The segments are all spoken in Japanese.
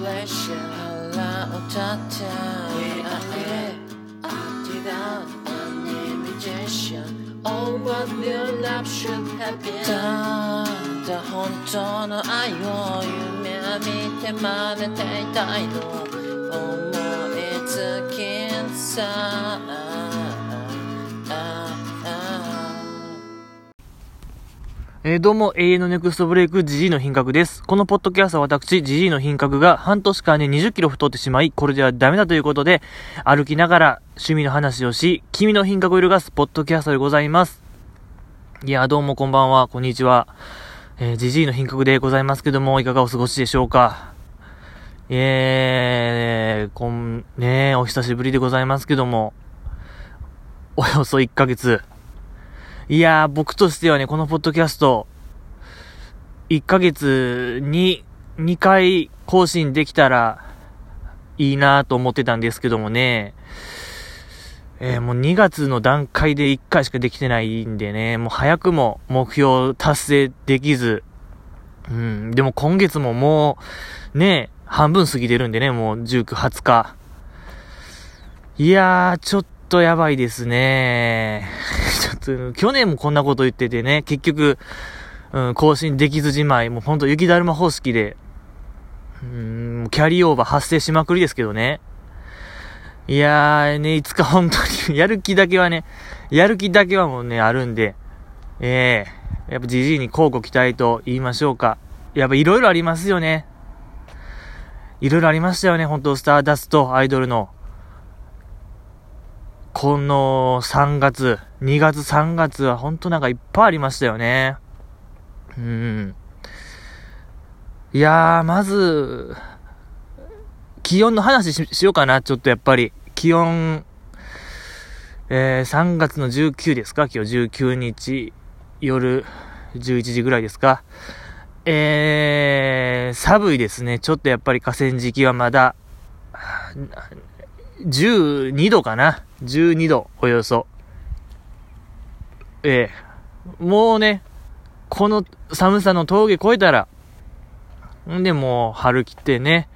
腹を立てOh, what your love should have been ただ本当の愛を夢見て真似ていたいの思いつきさどうも、永遠のネクストブレイク、ジジイの品格です。このポッドキャストは私、ジジイの品格が半年間で20キロ太ってしまい、これではダメだということで、歩きながら趣味の話をし、君の品格を揺るがすポッドキャストでございます。いや、どうもこんばんは、こんにちは。ジジイの品格でございますけども、いかがお過ごしでしょうか。お久しぶりでございますけども、およそ1ヶ月。いやー、僕としてはね、このポッドキャスト、1ヶ月に2回更新できたらいいなと思ってたんですけどもね、もう2月の段階で1回しかできてないんでね、もう早くも目標達成できず、でも今月ももう、ね、半分過ぎてるんでね、もう19、20日。いやー、ちょっとやばいですね。ちょっと、去年もこんなこと言っててね、結局、更新できずじまい、もうほんと雪だるま方式で、キャリーオーバー発生しまくりですけどね。いやーね、いつか本当に、やる気だけはもうね、あるんで、やっぱジジイに乞うご期待と言いましょうか。やっぱいろいろありますよね。いろいろありましたよね、本当スターダスト、アイドルの。この2月3月は本当なんかいっぱいありましたよね。いやー、まず、気温の話 しようかな、ちょっとやっぱり。気温、3月の19ですか、今日19日、夜11時ぐらいですか。寒いですね。ちょっとやっぱり河川敷はまだ、12度かな。12度、およそ。もうね、この寒さの峠越えたら、で、もう春来てね、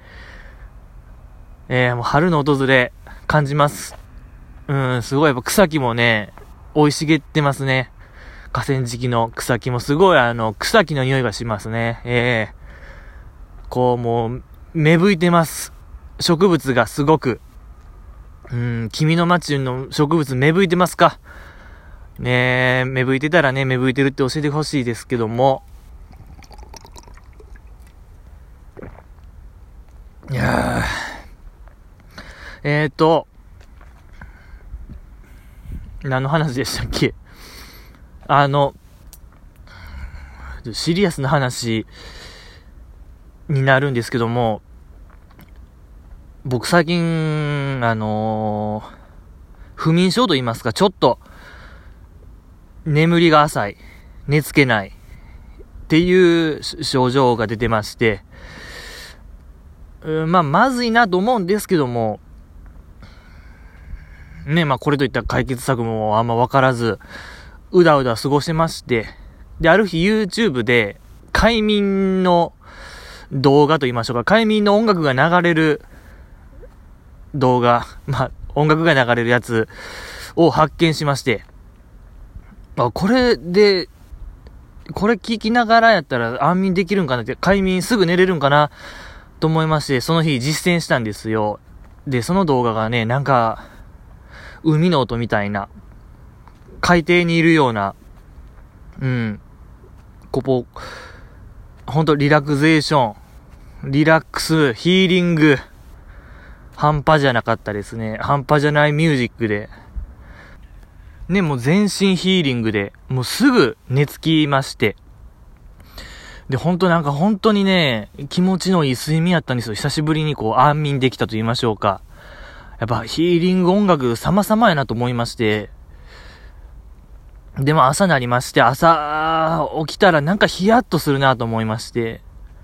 もう春の訪れ感じます。すごいやっぱ草木もね、生い茂ってますね。河川敷の草木もすごい草木の匂いがしますね。こうもう、芽吹いてます。植物がすごく。君の街の植物芽吹いてますかねえ、芽吹いてたらね、芽吹いてるって教えてほしいですけども。いやー。何の話でしたっけ？シリアスな話になるんですけども、僕最近、不眠症と言いますか、ちょっと、眠りが浅い、寝つけない、っていう症状が出てまして、まずいなと思うんですけども、ね、これといった解決策もあんまわからず、うだうだ過ごしてまして、で、ある日 YouTube で、快眠の動画と言いましょうか、快眠の音楽が流れる動画、音楽が流れるやつを発見しまして、これ聞きながらやったら安眠できるんかなって、快眠すぐ寝れるんかなと思いまして、その日実践したんですよ。で、その動画がね、なんか、海の音みたいな、海底にいるような、ほんとリラクゼーション、リラックス、ヒーリング、半端じゃなかったですね。半端じゃないミュージックで。ね、もう全身ヒーリングで、もうすぐ寝つきまして。で、本当にね、気持ちのいい睡眠やったんですよ。久しぶりに安眠できたと言いましょうか。やっぱヒーリング音楽様々やなと思いまして。でも朝なりまして、朝起きたらなんかヒヤッとするなと思いまして。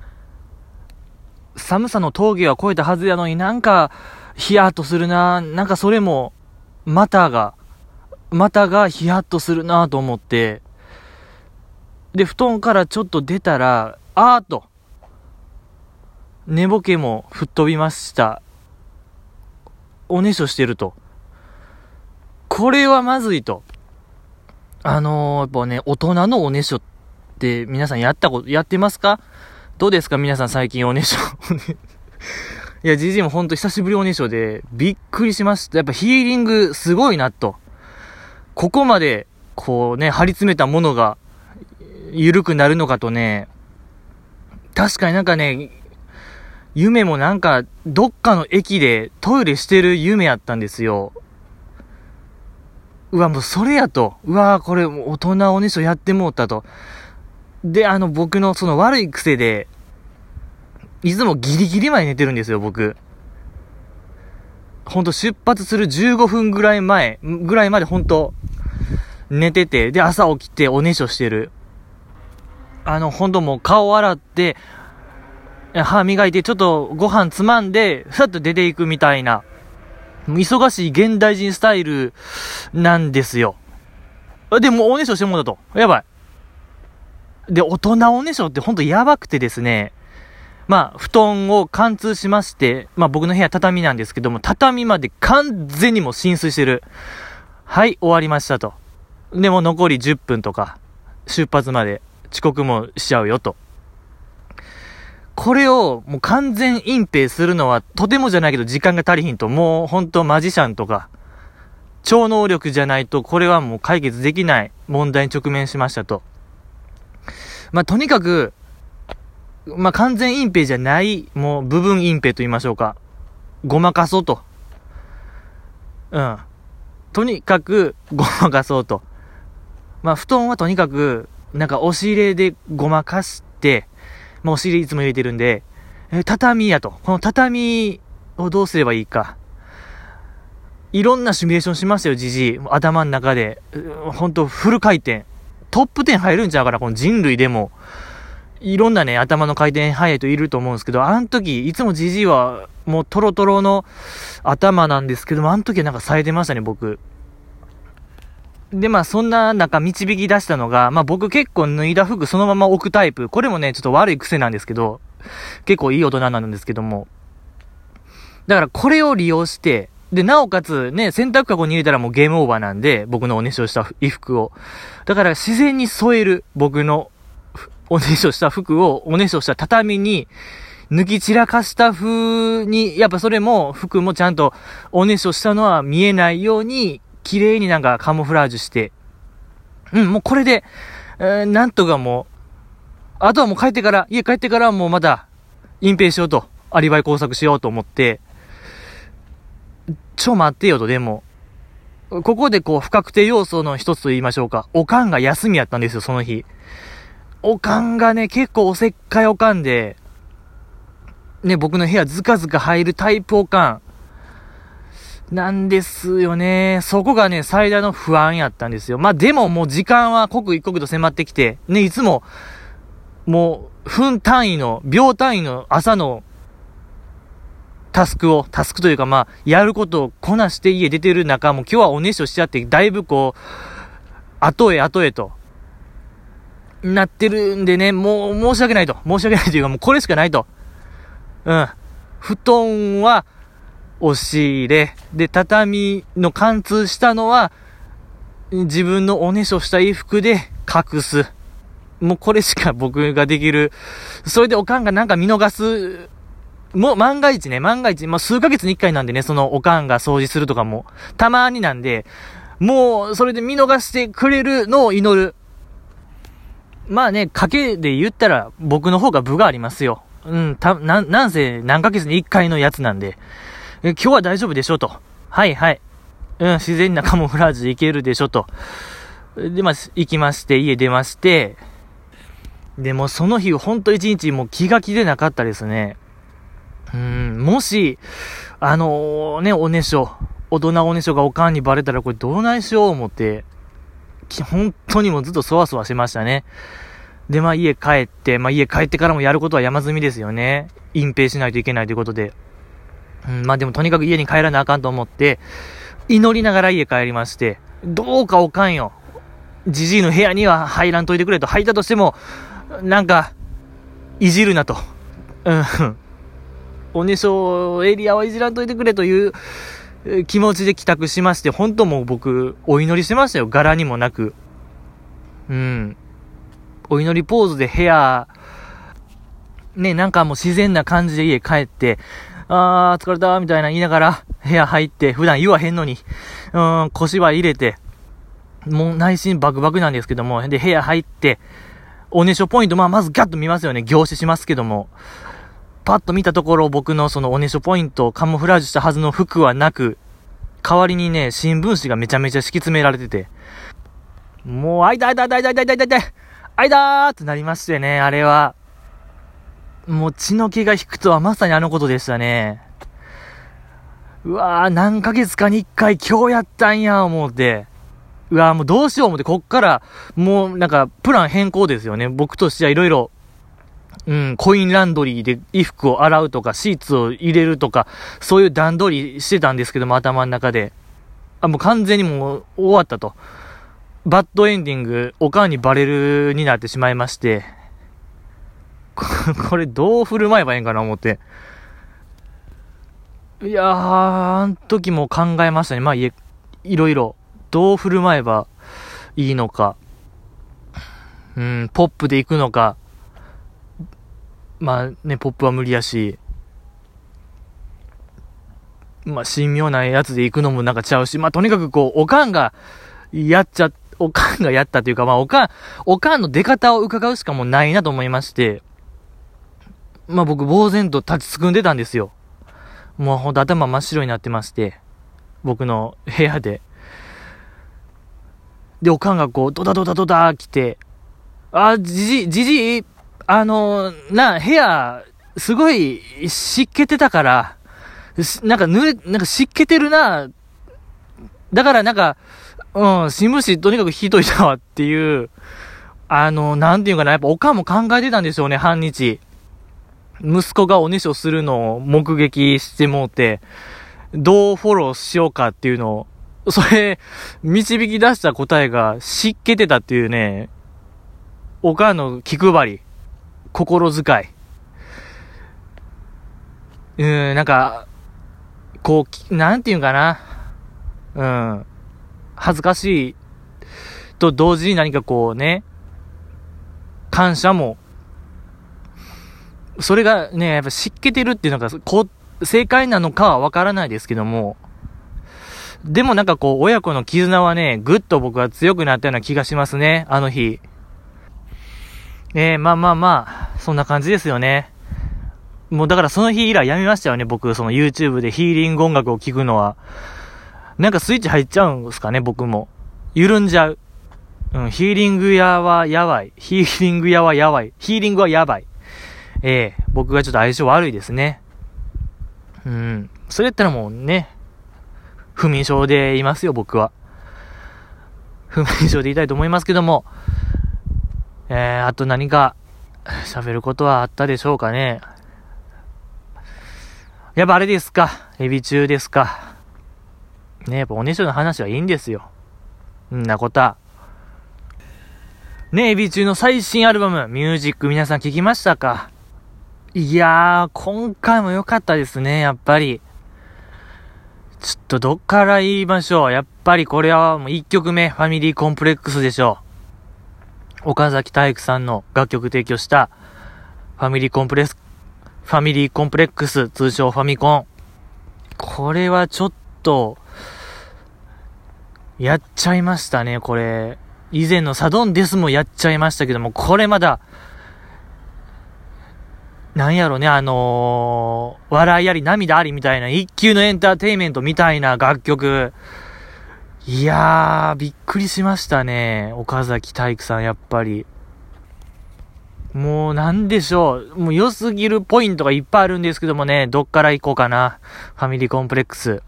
寒さの峠は越えたはずやのになんかヒヤッとするな、なんかそれも股がヒヤッとするなと思って、で布団からちょっと出たら寝ぼけも吹っ飛びました。おねしょしてると。これはまずいと。やっぱね、大人のおねしょって皆さんやってますか？どうですか皆さん最近おねしょ。いや、じじいもほんと久しぶりおねしょで、びっくりしました。やっぱヒーリングすごいなと。ここまで、こうね、張り詰めたものが、緩くなるのかとね、確かになんかね、夢もなんか、どっかの駅でトイレしてる夢やったんですよ。うわ、もうそれやと。うわ、これ大人おねしょやってもうたと。で、僕のその悪い癖で、いつもギリギリまで寝てるんですよ、僕。ほんと出発する15分ぐらいまでほんと、寝てて、で、朝起きておねしょしてる。ほんともう顔洗って、歯磨いて、ちょっとご飯つまんで、さっと出ていくみたいな、忙しい現代人スタイルなんですよ。で、もうおねしょしてもんだと。やばい。で、大人おねしょってほんとやばくてですね、まあ、布団を貫通しまして、まあ僕の部屋畳なんですけども、畳まで完全にもう浸水してる。はい、終わりましたと。でも残り10分とか、出発まで遅刻もしちゃうよと。これをもう完全隠蔽するのはとてもじゃないけど時間が足りひんと、もうほんとマジシャンとか、超能力じゃないとこれはもう解決できない問題に直面しましたと。まあとにかく、まあ、完全隠蔽じゃない、もう部分隠蔽と言いましょうか。ごまかそうと。うん。とにかくごまかそうと。まあ、布団はとにかく、なんか押し入れでごまかして、まあ、押し入れいつも入れてるんで、畳やと。この畳をどうすればいいか。いろんなシミュレーションしましたよ、じじい。頭の中で。ほんとフル回転。トップ10入るんちゃうから、この人類でも。いろんなね、頭の回転速い人いると思うんですけど、あの時、いつもジジイは、もうトロトロの頭なんですけども、あの時はなんか冴えてましたね、僕。で、まあ、そんな中導き出したのが、まあ僕結構脱いだ服そのまま置くタイプ。これもね、ちょっと悪い癖なんですけど、結構いい大人なんですけども。だからこれを利用して、で、なおかつね、洗濯かごに入れたらもうゲームオーバーなんで、僕のおねしょした衣服を。だから自然に添える、僕のおねしょした服を、おねしょした畳に、抜き散らかした風に、やっぱそれも、服もちゃんと、おねしょしたのは見えないように、綺麗になんかカモフラージュして、もうこれで、なんとかもう、あとはもう家帰ってからもうまた、隠蔽しようと、アリバイ工作しようと思って、待ってよと、でも、ここでこう、不確定要素の一つと言いましょうか。おかんが休みやったんですよ、その日。おかんがね、結構おせっかいおかんで、ね、僕の部屋ずかずか入るタイプおかん、なんですよね。そこがね、最大の不安やったんですよ。まあ、でももう時間は刻一刻と迫ってきて、ね、いつも、もう、分単位の、秒単位の朝の、タスクというかまあ、やることをこなして家出てる中、もう今日はおねしょしちゃって、だいぶこう、後へと、なってるんでね、もう申し訳ないというかもうこれしかないと。布団は押し入れ。で、畳の貫通したのは自分のおねしょした衣服で隠す。もうこれしか僕ができる。それでおかんがなんか見逃す。もう万が一、まあ、数ヶ月に一回なんでね、そのおかんが掃除するとかもたまになんで、もうそれで見逃してくれるのを祈る。まあね、賭けで言ったら僕の方が分がありますよ。なんせ何ヶ月に1回のやつなんで。今日は大丈夫でしょと。はい。自然なカモフラージュでいけるでしょと。で、まあ、行きまして、家出まして。でもその日ほんと一日もう気が気でなかったですね。もし、おねしょ、大人おねしょがおかんにバレたらこれどうないしよう思って、本当にもうずっとそわそわしましたね。で、まあ家帰ってからもやることは山積みですよね。隠蔽しないといけないということで。まあでもとにかく家に帰らなあかんと思って、祈りながら家帰りまして、どうかおかんよ。じじいの部屋には入らんといてくれと。入ったとしても、なんか、いじるなと。 おねしょエリアはいじらんといてくれという気持ちで帰宅しまして、本当もう僕、お祈りしましたよ。柄にもなく。お祈りポーズで部屋、ね、なんかもう自然な感じで家帰って、疲れた、みたいな言いながら部屋入って、普段言わへんのに、小芝居入れて、もう内心バクバクなんですけども、で、部屋入って、おねしょポイント、まずガッと見ますよね。凝視しますけども。パッと見たところ、僕のそのおねしょポイント、カモフラージュしたはずの服はなく、代わりにね、新聞紙がめちゃめちゃ敷き詰められてて、もう、あいだーってなりましてね、あれは。もう血の気が引くとはまさにあのことでしたね。うわー、何ヶ月かに一回今日やったんや、思って。うわー、もうどうしよう思って、こっから、もうなんか、プラン変更ですよね。僕としてはいろいろ、コインランドリーで衣服を洗うとか、シーツを入れるとか、そういう段取りしてたんですけども、頭の中で。もう完全にもう終わったと。バッドエンディング、おかんにバレるになってしまいまして、これどう振る舞えばいいんかな思って。いやー、あの時も考えましたね。いろいろ、どう振る舞えばいいのか。ポップで行くのか。ポップは無理やし。神妙なやつで行くのもなんかちゃうし。とにかくおかんがやったというか、おかんの出方を伺うしかもうないなと思いまして、僕、呆然と立ちすくんでたんですよ。もうほんと頭真っ白になってまして、僕の部屋で。で、おかんがドタ来て、じじい、部屋、すごい湿気てたから、なんか湿気てるな、だから新聞紙とにかく引いといたわっていう、なんていうかな、やっぱおかんも考えてたんでしょうね、半日。息子がおねしょするのを目撃してもうて、どうフォローしようかっていうのを、それ、導き出した答えが湿気てたっていうね、おかんの気配り、心遣い。なんていうんかな。恥ずかしいと同時に何か感謝も、それがね、やっぱ湿気てるっていうのが、正解なのかはわからないですけども、でも親子の絆はね、ぐっと僕は強くなったような気がしますね、あの日。そんな感じですよね。もうだからその日以来やめましたよね、僕、その YouTube でヒーリング音楽を聴くのは。スイッチ入っちゃうんですかね、僕も。緩んじゃう。ヒーリング屋はやばい。ヒーリングはやばい。僕がちょっと相性悪いですね。それやったらもうね、不眠症でいますよ、僕は。不眠症でいたいと思いますけども、あと何か喋ることはあったでしょうかね。やっぱあれですか、エビ中ですか。ね、やっぱおねしょの話はいいんですよ。んなことは。ね、エビ中の最新アルバム、ミュージック皆さん聞きましたか？いやー、今回も良かったですね、やっぱり。ちょっとどっから言いましょう。やっぱりこれはもう1曲目、ファミリーコンプレックスでしょう。岡崎体育さんの楽曲提供した、ファミリーコンプレックス、通称ファミコン。これはちょっと、やっちゃいましたね、これ。以前のサドンデスもやっちゃいましたけども、これまだ、なんやろね、笑いあり涙ありみたいな一級のエンターテインメントみたいな楽曲。いやー、びっくりしましたね。岡崎体育さん、やっぱり。もうなんでしょう。もう良すぎるポイントがいっぱいあるんですけどもね、どっから行こうかな。ファミリーコンプレックス。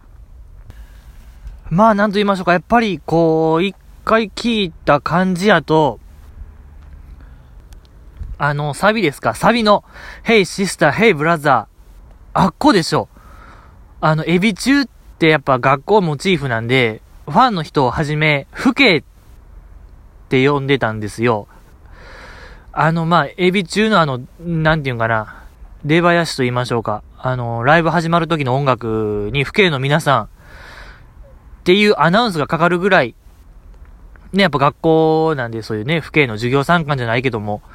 なんと言いましょうか。やっぱり一回聞いた感じやと、サビですか。サビの、Hey sister, Hey brother。あっこでしょ。エビ中ってやっぱ学校モチーフなんで、ファンの人をはじめ、フケって呼んでたんですよ。エビ中のなんていうんかな。出囃子と言いましょうか。 ライブ始まる時の音楽に父兄の皆さんっていうアナウンスがかかるぐらい、ね、やっぱ学校なんでそういうね、父兄の授業参観じゃないけども、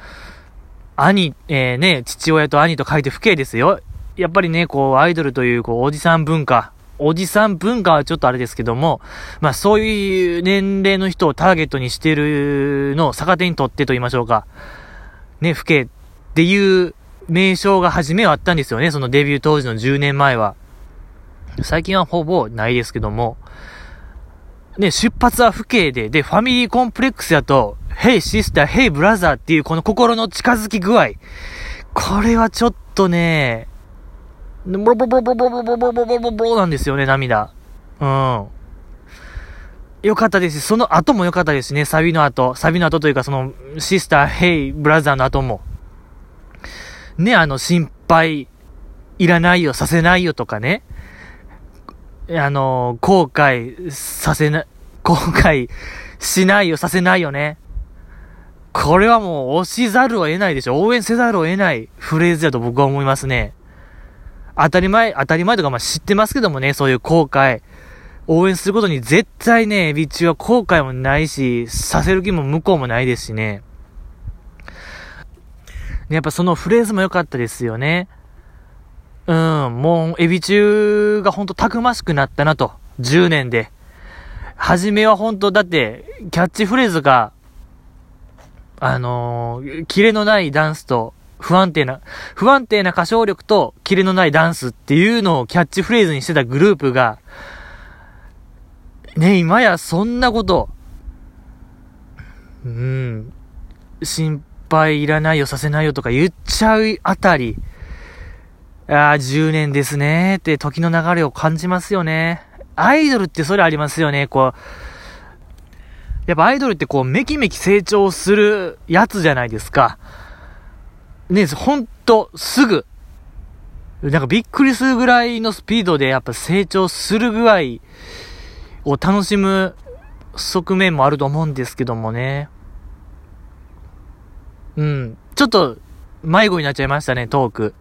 父親と兄と書いて父兄ですよ。やっぱりね、アイドルという、おじさん文化はちょっとあれですけども、まあそういう年齢の人をターゲットにしてるのを逆手にとってと言いましょうか。ね、父兄っていう名称が初めはあったんですよね。そのデビュー当時の10年前は。最近はほぼないですけども。ね、出発は父兄で、ファミリーコンプレックスだと、Hey sister, Hey brother っていうこの心の近づき具合。これはちょっとね、ボロボロボロボロボロボロボロボロボロなんですよね、涙。よかったですし、その後もよかったですしね、サビの後というかその、シスター、ヘイ、ブラザーの後も。ね、心配、いらないよ、させないよとかね。後悔しないよ、させないよね。これはもう押しざるを得ないでしょ。応援せざるを得ないフレーズだと僕は思いますね。当たり前とかまあ知ってますけどもね、そういう後悔。応援することに絶対ね、エビ中は後悔もないし、させる気も向こうもないですしね。やっぱそのフレーズも良かったですよね。もうエビ中がほんとたくましくなったなと。10年で。初めはほんと、だって、キャッチフレーズが、キレのないダンスと、不安定な歌唱力とキレのないダンスっていうのをキャッチフレーズにしてたグループが、ね、今やそんなこと、心配いらないよ、させないよとか言っちゃうあたり、10年ですねって時の流れを感じますよね。アイドルってそれありますよね、やっぱアイドルってめきめき成長するやつじゃないですか。ね、ほんと、すぐ。なんかびっくりするぐらいのスピードでやっぱ成長する具合を楽しむ側面もあると思うんですけどもね。ちょっと迷子になっちゃいましたね、トーク。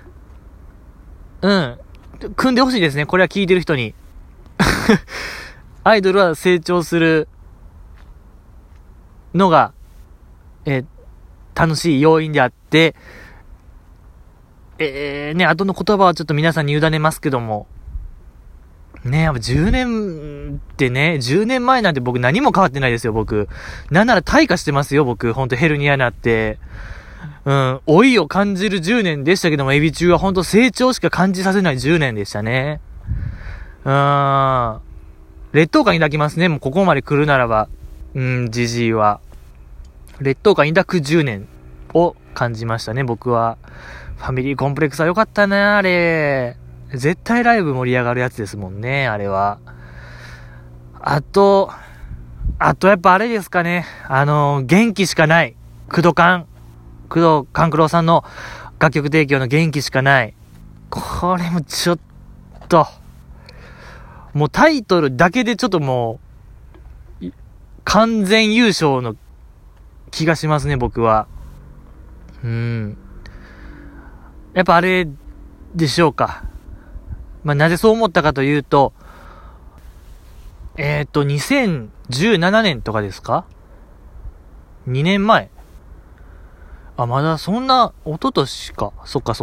組んでほしいですね、これは聞いてる人に。アイドルは成長するのが、楽しい要因であって、後の言葉はちょっと皆さんに委ねますけども、ね、やっぱ10年ってね、10年前なんて僕何も変わってないですよ、僕。なんなら退化してますよ、僕。ほんとヘルニアになって。老いを感じる10年でしたけども、エビ中はほんと成長しか感じさせない10年でしたね。劣等感抱きますね、もうここまで来るならば。ジジイは。劣等感抱く10年を感じましたね、僕は。ファミリーコンプレックスは良かったな、あれ。絶対ライブ盛り上がるやつですもんね、あれは。あとやっぱあれですかね。元気しかない。工藤官九郎さんの楽曲提供の元気しかない。これもちょっと、もうタイトルだけでちょっともう、完全優勝の気がしますね、僕は。やっぱあれでしょうか。まあ、なぜそう思ったかというと、2017年とかですか ?2 年前。まだそんな、一昨年か。そっか。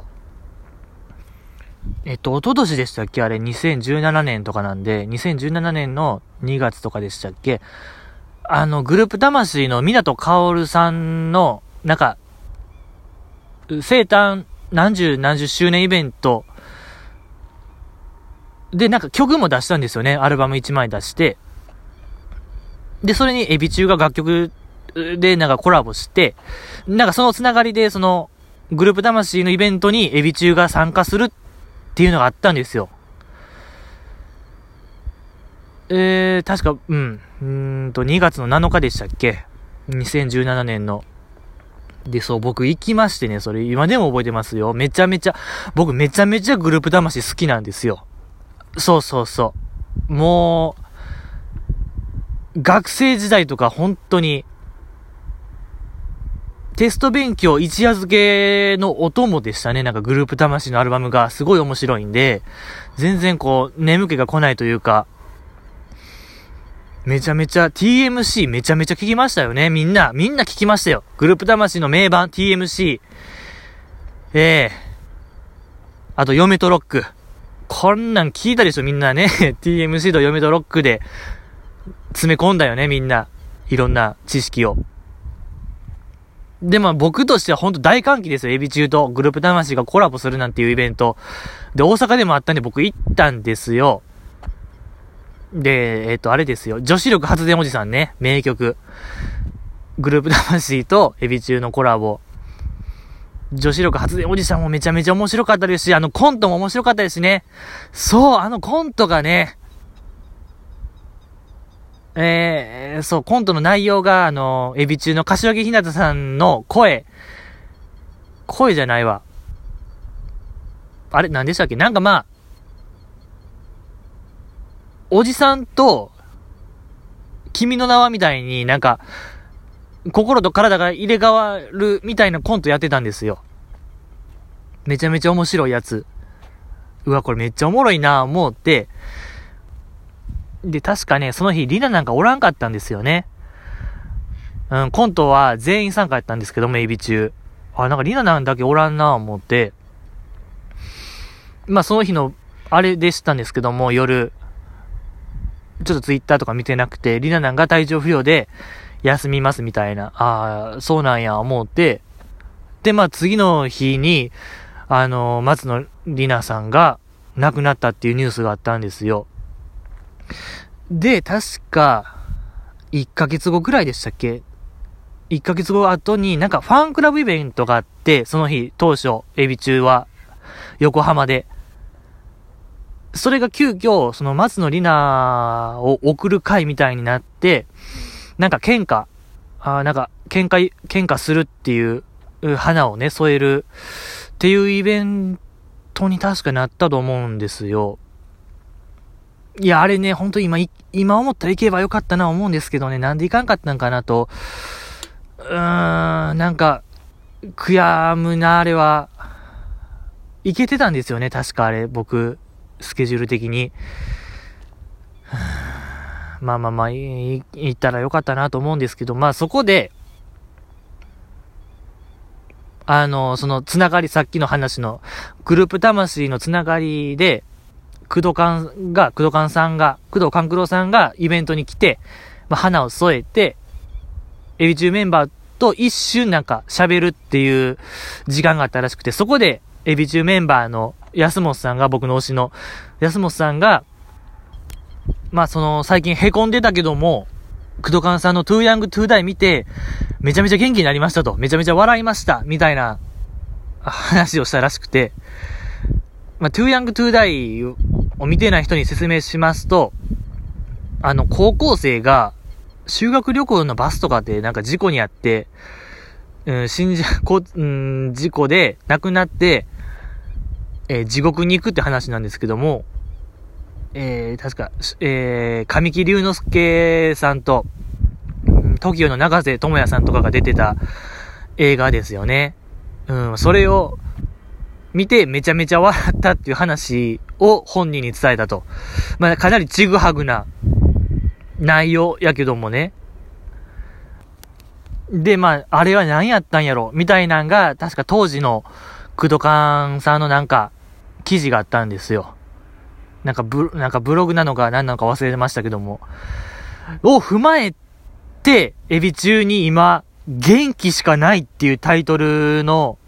一昨年でしたっけあれ、2017年とかなんで、2017年の2月とかでしたっけグループ魂の湊かおるさんの、なんか、生誕何十周年イベントで、なんか曲も出したんですよね。アルバム1枚出して。で、それにエビ中が楽曲でなんかコラボして、なんかそのつながりで、その、グループ魂のイベントにエビ中が参加するっていうのがあったんですよ。確か、2月の7日でしたっけ ?2017 年の。で、そう、僕行きましてね、それ今でも覚えてますよ。僕めちゃめちゃグループ魂好きなんですよ。そう。もう、学生時代とか本当に、 テスト勉強一夜漬けのお供でしたね。なんかグループ魂のアルバムがすごい面白いんで、全然こう、眠気が来ないというか、めちゃめちゃ TMC めちゃめちゃ聞きましたよね。みんな聞きましたよ。グループ魂の名盤 TMC。あと、嫁とロック。こんなん聞いたでしょ、みんなね。TMC と嫁とロックで詰め込んだよね、みんな。いろんな知識を。で、僕としては本当大歓喜ですよ。エビ中とグループ魂がコラボするなんていうイベント。で、大阪でもあったんで僕行ったんですよ。で、あれですよ。女子力発電おじさんね。名曲。グループ魂とエビ中のコラボ。女子力発電おじさんもめちゃめちゃ面白かったですし、コントも面白かったですしね。そう、コントがね、そう、コントの内容が、エビ中の柏木ひなたさんの声じゃないわ。あれ、何でしたっけ？なんかおじさんと、君の名はみたいになんか、心と体が入れ替わるみたいなコントやってたんですよ。めちゃめちゃ面白いやつ。うわ、これめっちゃおもろいなぁ思って、で、確かね、その日、リナなんかおらんかったんですよね。コントは全員参加やったんですけども、エビ中。なんかリナなんだけおらんなぁ思って、その日の、あれでしたんですけども、夜、ちょっとツイッターとか見てなくて、リナなんが体調不良で、休みますみたいな、そうなんや、思って、で、次の日に、松野里奈さんが亡くなったっていうニュースがあったんですよ。で、確か、1ヶ月後くらいでしたっけ？ 1 ヶ月後後になんかファンクラブイベントがあって、その日、当初、エビ中は、横浜で。それが急遽、その松野里奈を送る会みたいになって、なんか喧嘩するっていう花をね、添えるっていうイベントに確かなったと思うんですよ。いや、あれね、ほんと今思ったら行けばよかったな思うんですけどね、なんで行かんかったんかなと。なんか、悔やむな、あれは。行けてたんですよね、確かあれ、僕、スケジュール的に。行ったらよかったなと思うんですけど、そこで、そのつながり、さっきの話の、グループ魂のつながりで、工藤官九郎さんがイベントに来て、花を添えて、エビ中メンバーと一瞬なんか喋るっていう時間があったらしくて、そこで、エビ中メンバーの安本さんが、僕の推しの安本さんが、最近凹んでたけども、工藤官さんの Too Young to Die 見て、めちゃめちゃ元気になりましたと、めちゃめちゃ笑いました、みたいな話をしたらしくて、Too Young to Die を見てない人に説明しますと、高校生が修学旅行のバスとかでなんか事故にあって、事故で亡くなって、地獄に行くって話なんですけども、確か、神木隆之介さんと、TOKIO の永瀬智也さんとかが出てた映画ですよね。それを見てめちゃめちゃ笑ったっていう話を本人に伝えたと。かなりちぐはぐな内容やけどもね。で、あれは何やったんやろみたいなんが、確か当時の工藤官さんのなんか記事があったんですよ。なんかブログなのか何なのか忘れてましたけども。を踏まえて、エビ中に今、元気しかないっていうタイトルの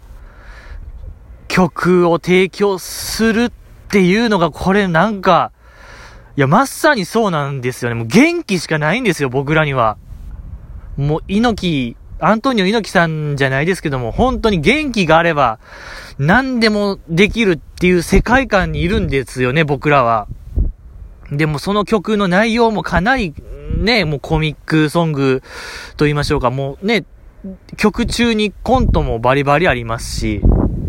曲を提供するっていうのが、これなんか、いや、まさにそうなんですよね。もう元気しかないんですよ、僕らには。もう、アントニオ猪木さんじゃないですけども、本当に元気があれば、何でもできるっていう世界観にいるんですよね、僕らは。でもその曲の内容もかなりね、もうコミックソングと言いましょうか、もうね、曲中にコントもバリバリありますし、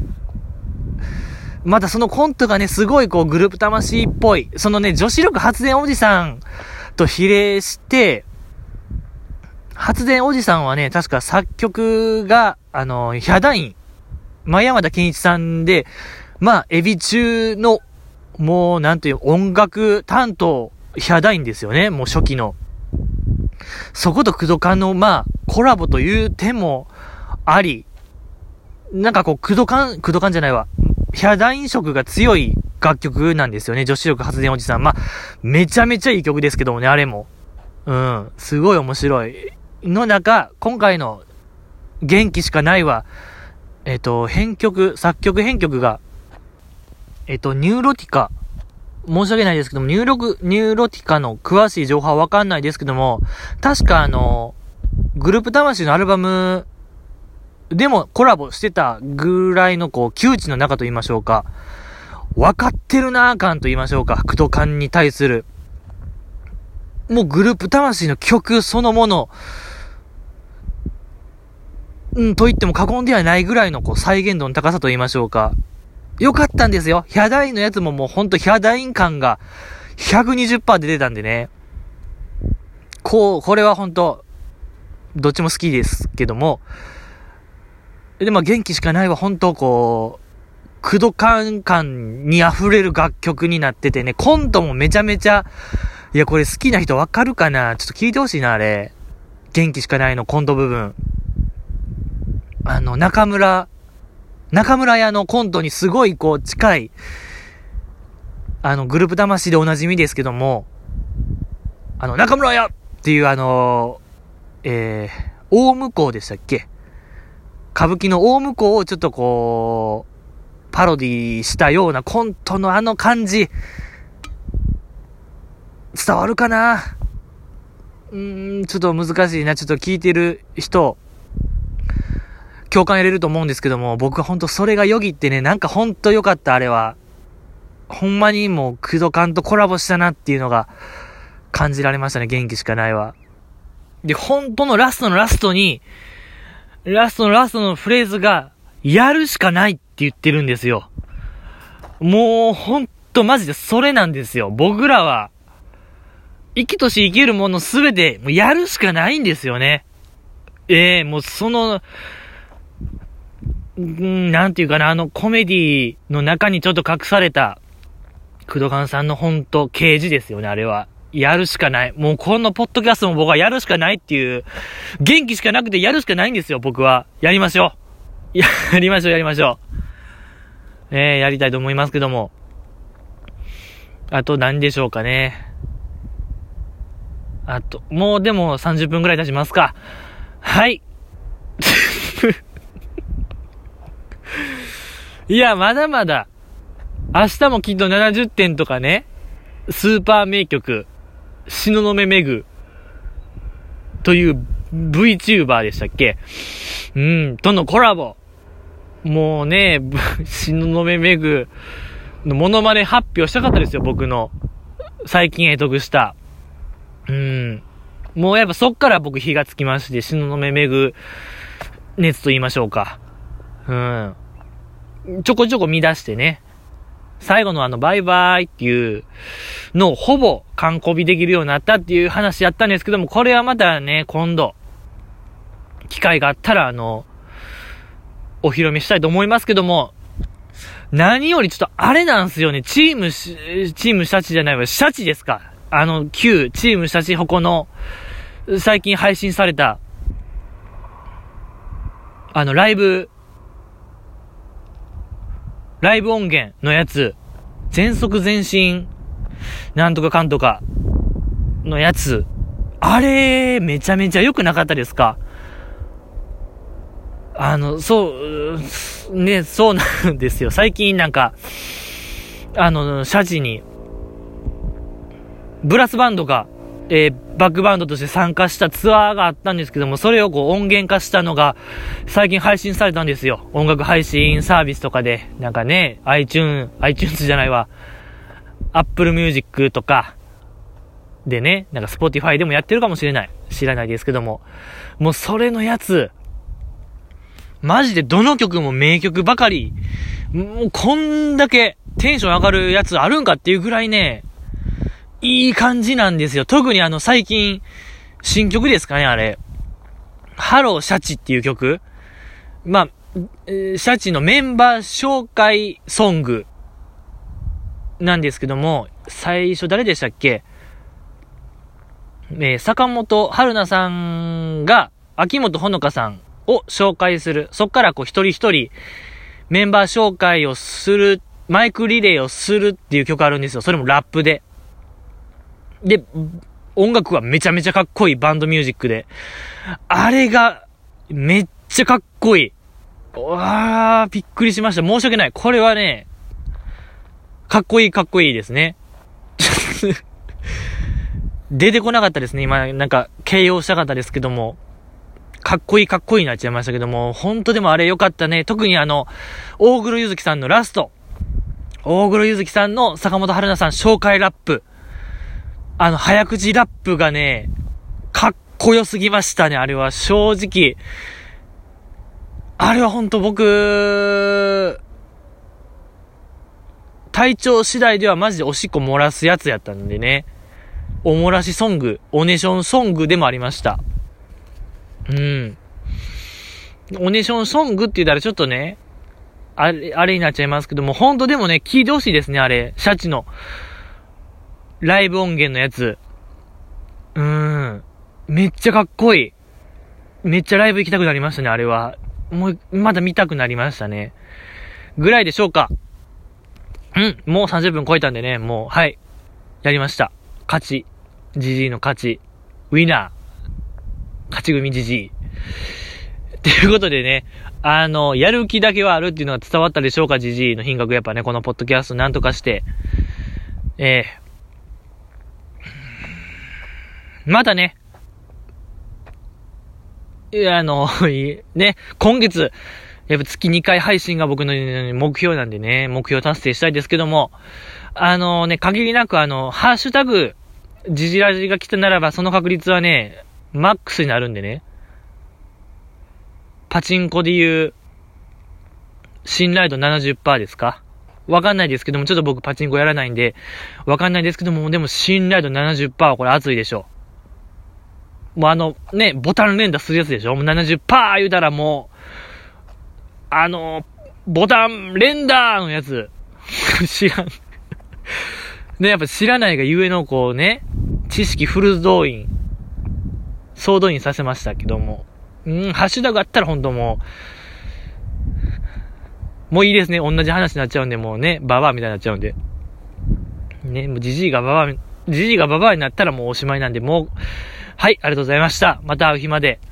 またそのコントがね、すごいこうグループ魂っぽい、そのね、女子力発電おじさんと比例して、発電おじさんはね、確か作曲がヒャダイン、前山田健一さんで、エビ中の、もう、なんていう、音楽担当、ヒャダインですよね、もう初期の。そことクドカンの、コラボという点もあり、なんかこう、クドカンじゃないわ。ヒャダイン色が強い楽曲なんですよね、女子力発電おじさん。めちゃめちゃいい曲ですけどもね、あれも。すごい面白い。の中、今回の、元気しかないは、作曲編曲が、ニューロティカ。申し訳ないですけども、ニューロティカの詳しい情報はわかんないですけども、確かグループ魂のアルバムでもコラボしてたぐらいの窮地の中と言いましょうか。わかってるなー感と言いましょうか。クドカンに対する。もうグループ魂の曲そのもの、と言っても過言ではないぐらいの再現度の高さと言いましょうか。よかったんですよ。ヒャダインのやつももうほんとヒャダイン感が 120% 出てたんでね。これはほんと、どっちも好きですけども。で、元気しかないはほんとクドカン感に溢れる楽曲になっててね、コントもめちゃめちゃ、いやこれ好きな人わかるかな？ちょっと聞いてほしいな、あれ。元気しかないのコント部分。中村屋のコントにすごい近い、グループ魂でおなじみですけども、中村屋っていう大向こうでしたっけ？歌舞伎の大向こうをちょっとパロディしたようなコントの感じ、伝わるかな？ちょっと難しいな。ちょっと聞いてる人、共感得れると思うんですけども、僕はほんとそれがよぎってね、なんかほんと良かった、あれは。ほんまにもう、クドカンとコラボしたなっていうのが感じられましたね、元気しかないわ。で、本当のラストのラストのフレーズが、やるしかないって言ってるんですよ。もう、ほんとマジでそれなんですよ。僕らは、生きとし生きるものすべて、もうやるしかないんですよね。もうなんていうかな、コメディの中にちょっと隠された、クドカンさんのほんと、啓示ですよね、あれは。やるしかない。もうこのポッドキャストも僕はやるしかないっていう、元気しかなくてやるしかないんですよ、僕は。やりましょう。やりましょう。やりたいと思いますけども。あと何でしょうかね。もうでも30分くらい経ちますか。はい。いや、まだまだ、明日もきっと70点とかね、スーパー名曲、東雲めぐという VTuber でしたっけ？とのコラボ。もうね、東雲めぐのモノマネ発表したかったですよ、僕の。最近得した。もうやっぱそっから僕火がつきまして、東雲めぐ熱と言いましょうか。ちょこちょこ見出してね。最後のバイバイっていうのをほぼ完コピできるようになったっていう話やったんですけども、これはまたね、今度、機会があったらお披露目したいと思いますけども、何よりちょっとあれなんすよね、チームシャチじゃないわ、シャチですか。旧チームシャチホコの、最近配信された、ライブ音源のやつ、全速前進、なんとかかんとかのやつ、あれ、めちゃめちゃ良くなかったですか？そうなんですよ。最近なんか、シャチに、ブラスバンドが、バックバンドとして参加したツアーがあったんですけども、それを音源化したのが最近配信されたんですよ。音楽配信サービスとかで、なんかね、iTunes じゃないわ、Apple Music とかでね、なんか Spotify でもやってるかもしれない。知らないですけども、もうそれのやつ、マジでどの曲も名曲ばかり、もうこんだけテンション上がるやつあるんかっていうぐらいね、いい感じなんですよ。特に最近、新曲ですかね、あれ。ハローシャチっていう曲。 まあ、シャチのメンバー紹介ソングなんですけども、最初誰でしたっけ？坂本春奈さんが秋元ほのかさんを紹介する。そっからこう一人一人メンバー紹介をする、マイクリレーをするっていう曲あるんですよ。それもラップで。で、音楽はめちゃめちゃかっこいいバンドミュージックで。あれがめっちゃかっこいい。びっくりしました。申し訳ない。これはね、かっこいいですね。出てこなかったですね。今、なんか、形容したかったですけども。かっこいいになっちゃいましたけども。本当でもあれ良かったね。特に大黒ゆずきさんのラスト。大黒ゆずきさんの坂本春奈さん紹介ラップ。早口ラップがね、かっこよすぎましたね。あれは正直。あれは本当僕、体調次第ではマジでおしっこ漏らすやつやったんでね。お漏らしソング、おねしょんソングでもありました。おねしょんソングって言ったらちょっとね、あれになっちゃいますけども、ほんとでもね、聞いてほしいですね、あれ。シャチの、ライブ音源のやつ。めっちゃかっこいい。めっちゃライブ行きたくなりましたね、あれは。まだ見たくなりましたね。ぐらいでしょうか。もう30分超えたんでね、もう、はい。やりました。勝ち。ジジイの勝ち。ウィナー。勝ち組ジジイ。ということでね、やる気だけはあるっていうのが伝わったでしょうか、ジジイの品格やっぱね、このポッドキャストなんとかして。またね、ね、今月、やっぱ月2回配信が僕の目標なんでね、目標達成したいですけども、限りなくハッシュタグ、ジジラジが来たならば、その確率はね、マックスになるんでね、パチンコで言う、信頼度 70% ですか？わかんないですけども、ちょっと僕パチンコやらないんで、わかんないですけども、でも信頼度 70% はこれ熱いでしょ。もうボタン連打するやつでしょ？もう 70% 言うたらもう、ボタン連打のやつ。知らん。ね、やっぱ知らないがゆえのこうね、知識フル動員、総動員させましたけども。ハッシュタグあったら本当もういいですね。同じ話になっちゃうんで、もうね、ババアみたいになっちゃうんで。ね、もうジジイがババアになったらもうおしまいなんで、もう、はい、ありがとうございました。また会う日まで。